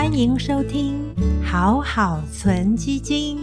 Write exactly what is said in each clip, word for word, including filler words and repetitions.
欢迎收听好好存基金。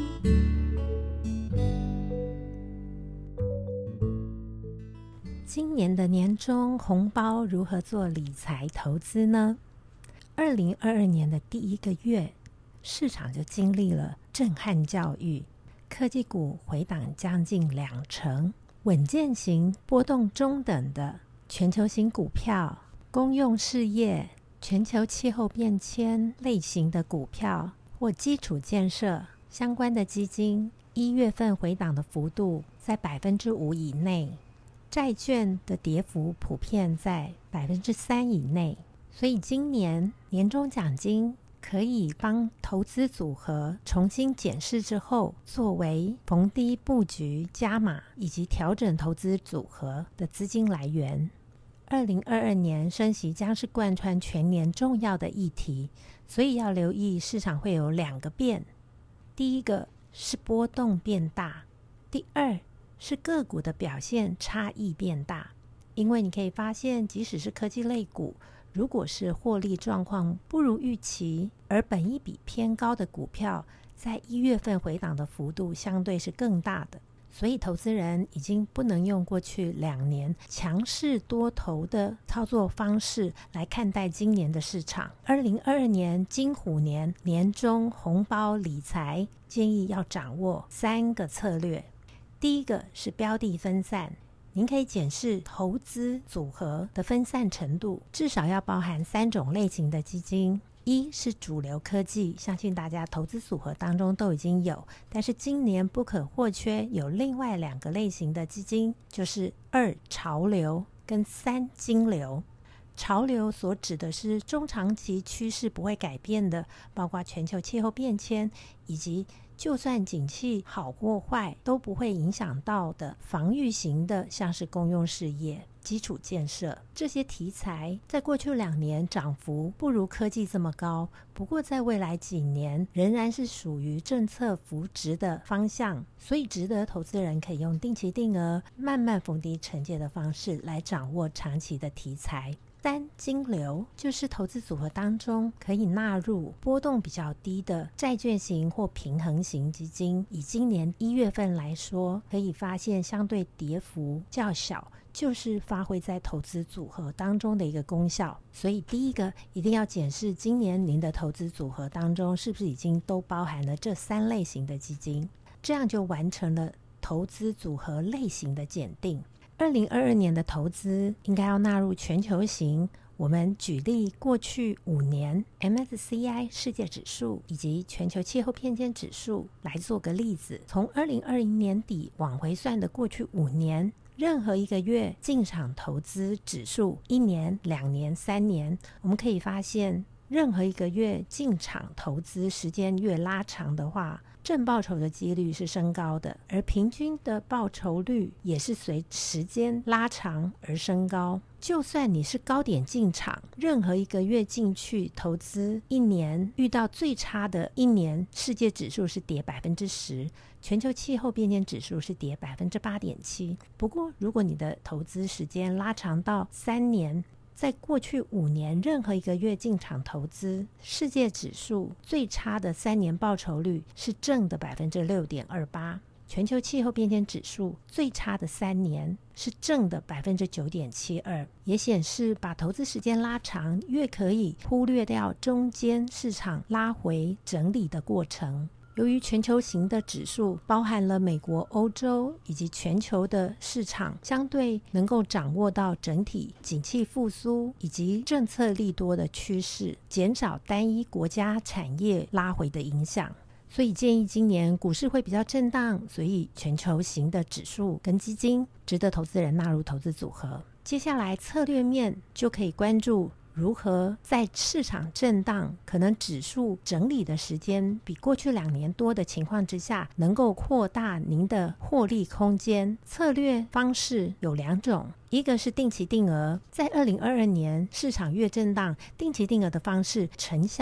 今年的年终红包如何做理财投资呢？二零二二年的第一个月，市场就经历了震撼教育，科技股回档将近两成，稳健型波动中等的全球型股票、公用事业、全球气候变迁类型的股票或基础建设相关的基金，一月份回档的幅度在百分之五以内，债券的跌幅普遍在百分之三以内。所以今年年终奖金可以帮投资组合重新检视之后，作为逢低布局、加码以及调整投资组合的资金来源。二零二二年升息将是贯穿全年重要的议题，所以要留意市场会有两个变。第一个是波动变大，第二是个股的表现差异变大。因为你可以发现，即使是科技类股，如果是获利状况不如预期，而本益比偏高的股票，在一月份回档的幅度相对是更大的。所以投资人已经不能用过去两年强势多头的操作方式来看待今年的市场。二零二二年金虎年年终红包理财，建议要掌握三个策略。第一个是标的分散，您可以检视投资组合的分散程度，至少要包含三种类型的基金。一是主流科技，相信大家投资组合当中都已经有，但是今年不可或缺有另外两个类型的基金，就是二潮流跟三金流。潮流所指的是中长期趋势不会改变的，包括全球气候变迁以及就算景气好或坏都不会影响到的防御型的，像是公用事业、基础建设这些题材，在过去两年涨幅不如科技这么高，不过在未来几年仍然是属于政策扶植的方向，所以值得投资人可以用定期定额慢慢逢低承接的方式来掌握长期的题材。三金流就是投资组合当中可以纳入波动比较低的债券型或平衡型基金，以今年一月份来说，可以发现相对跌幅较小，就是发挥在投资组合当中的一个功效。所以第一个一定要检视今年您的投资组合当中是不是已经都包含了这三类型的基金，这样就完成了投资组合类型的检定。二零二二年的投资应该要纳入全球型，我们举例过去五年 M S C I 世界指数以及全球气候变迁指数来做个例子。从二零二零年底往回算的过去五年，任何一个月进场投资指数，一年、两年、三年，我们可以发现任何一个月进场投资时间越拉长的话，正报酬的几率是升高的，而平均的报酬率也是随时间拉长而升高。就算你是高点进场，任何一个月进去投资一年，遇到最差的一年，世界指数是跌百分之十，全球气候变迁指数是跌百分之八点七。不过，如果你的投资时间拉长到三年，在过去五年任何一个月进场投资，世界指数最差的三年报酬率是正的百分之六点二八，全球气候变迁指数最差的三年是正的百分之九点七二，也显示把投资时间拉长，越可以忽略掉中间市场拉回整理的过程。由于全球型的指数包含了美国、欧洲以及全球的市场，相对能够掌握到整体景气复苏以及政策利多的趋势，减少单一国家产业拉回的影响。所以建议今年股市会比较震荡，所以全球型的指数跟基金值得投资人纳入投资组合。接下来策略面就可以关注如何在市场震荡，可能指数整理的时间比过去两年多的情况之下，能够扩大您的获利空间。策略方式有两种，一个是定期定额，在二零二二年市场越震荡，定期定额的方式成效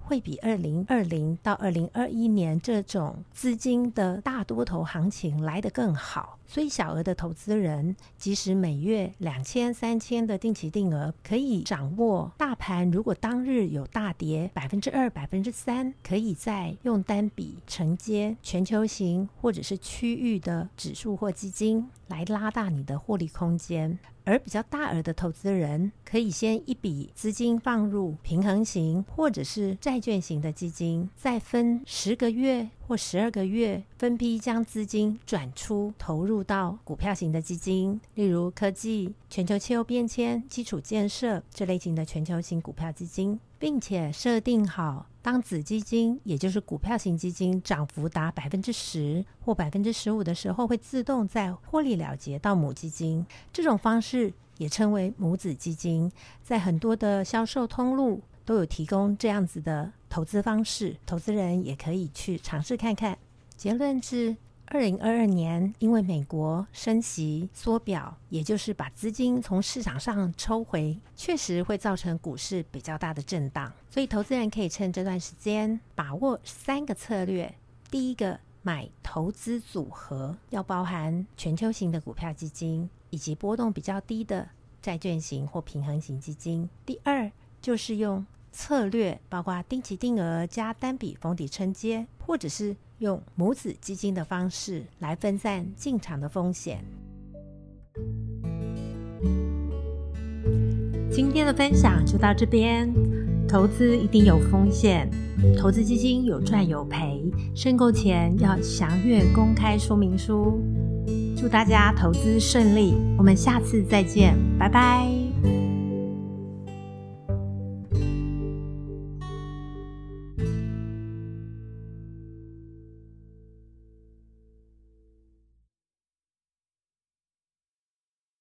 会比二零二零到二零二一年这种资金的大多头行情来得更好。所以小额的投资人即使每月两千、三千的定期定额，可以掌握大盘如果当日有大跌百分之二、百分之三，可以再用单笔承接全球型或者是区域的指数或基金来拉大你的获利空间。而比较大额的投资人可以先一笔资金放入平衡型或者是债券型的基金，再分十个月或十二个月分批将资金转出投入到股票型的基金，例如科技、全球气候变迁、基础建设这类型的全球型股票基金，并且设定好当子基金也就是股票型基金涨幅达百分之十或百分之十五的时候，会自动再获利了结到母基金。这种方式也称为母子基金，在很多的销售通路都有提供这样子的投资方式，投资人也可以去尝试看看。结论是二零二二年因为美国升息缩表，也就是把资金从市场上抽回，确实会造成股市比较大的震荡，所以投资人可以趁这段时间把握三个策略。第一个，买投资组合，要包含全球型的股票基金以及波动比较低的债券型或平衡型基金。第二，就是用策略，包括定期定额加单笔逢低承接，或者是用母子基金的方式来分散进场的风险。今天的分享就到这边。投资一定有风险，投资基金有赚有赔，申购前要详阅公开说明书。祝大家投资顺利，我们下次再见，拜拜。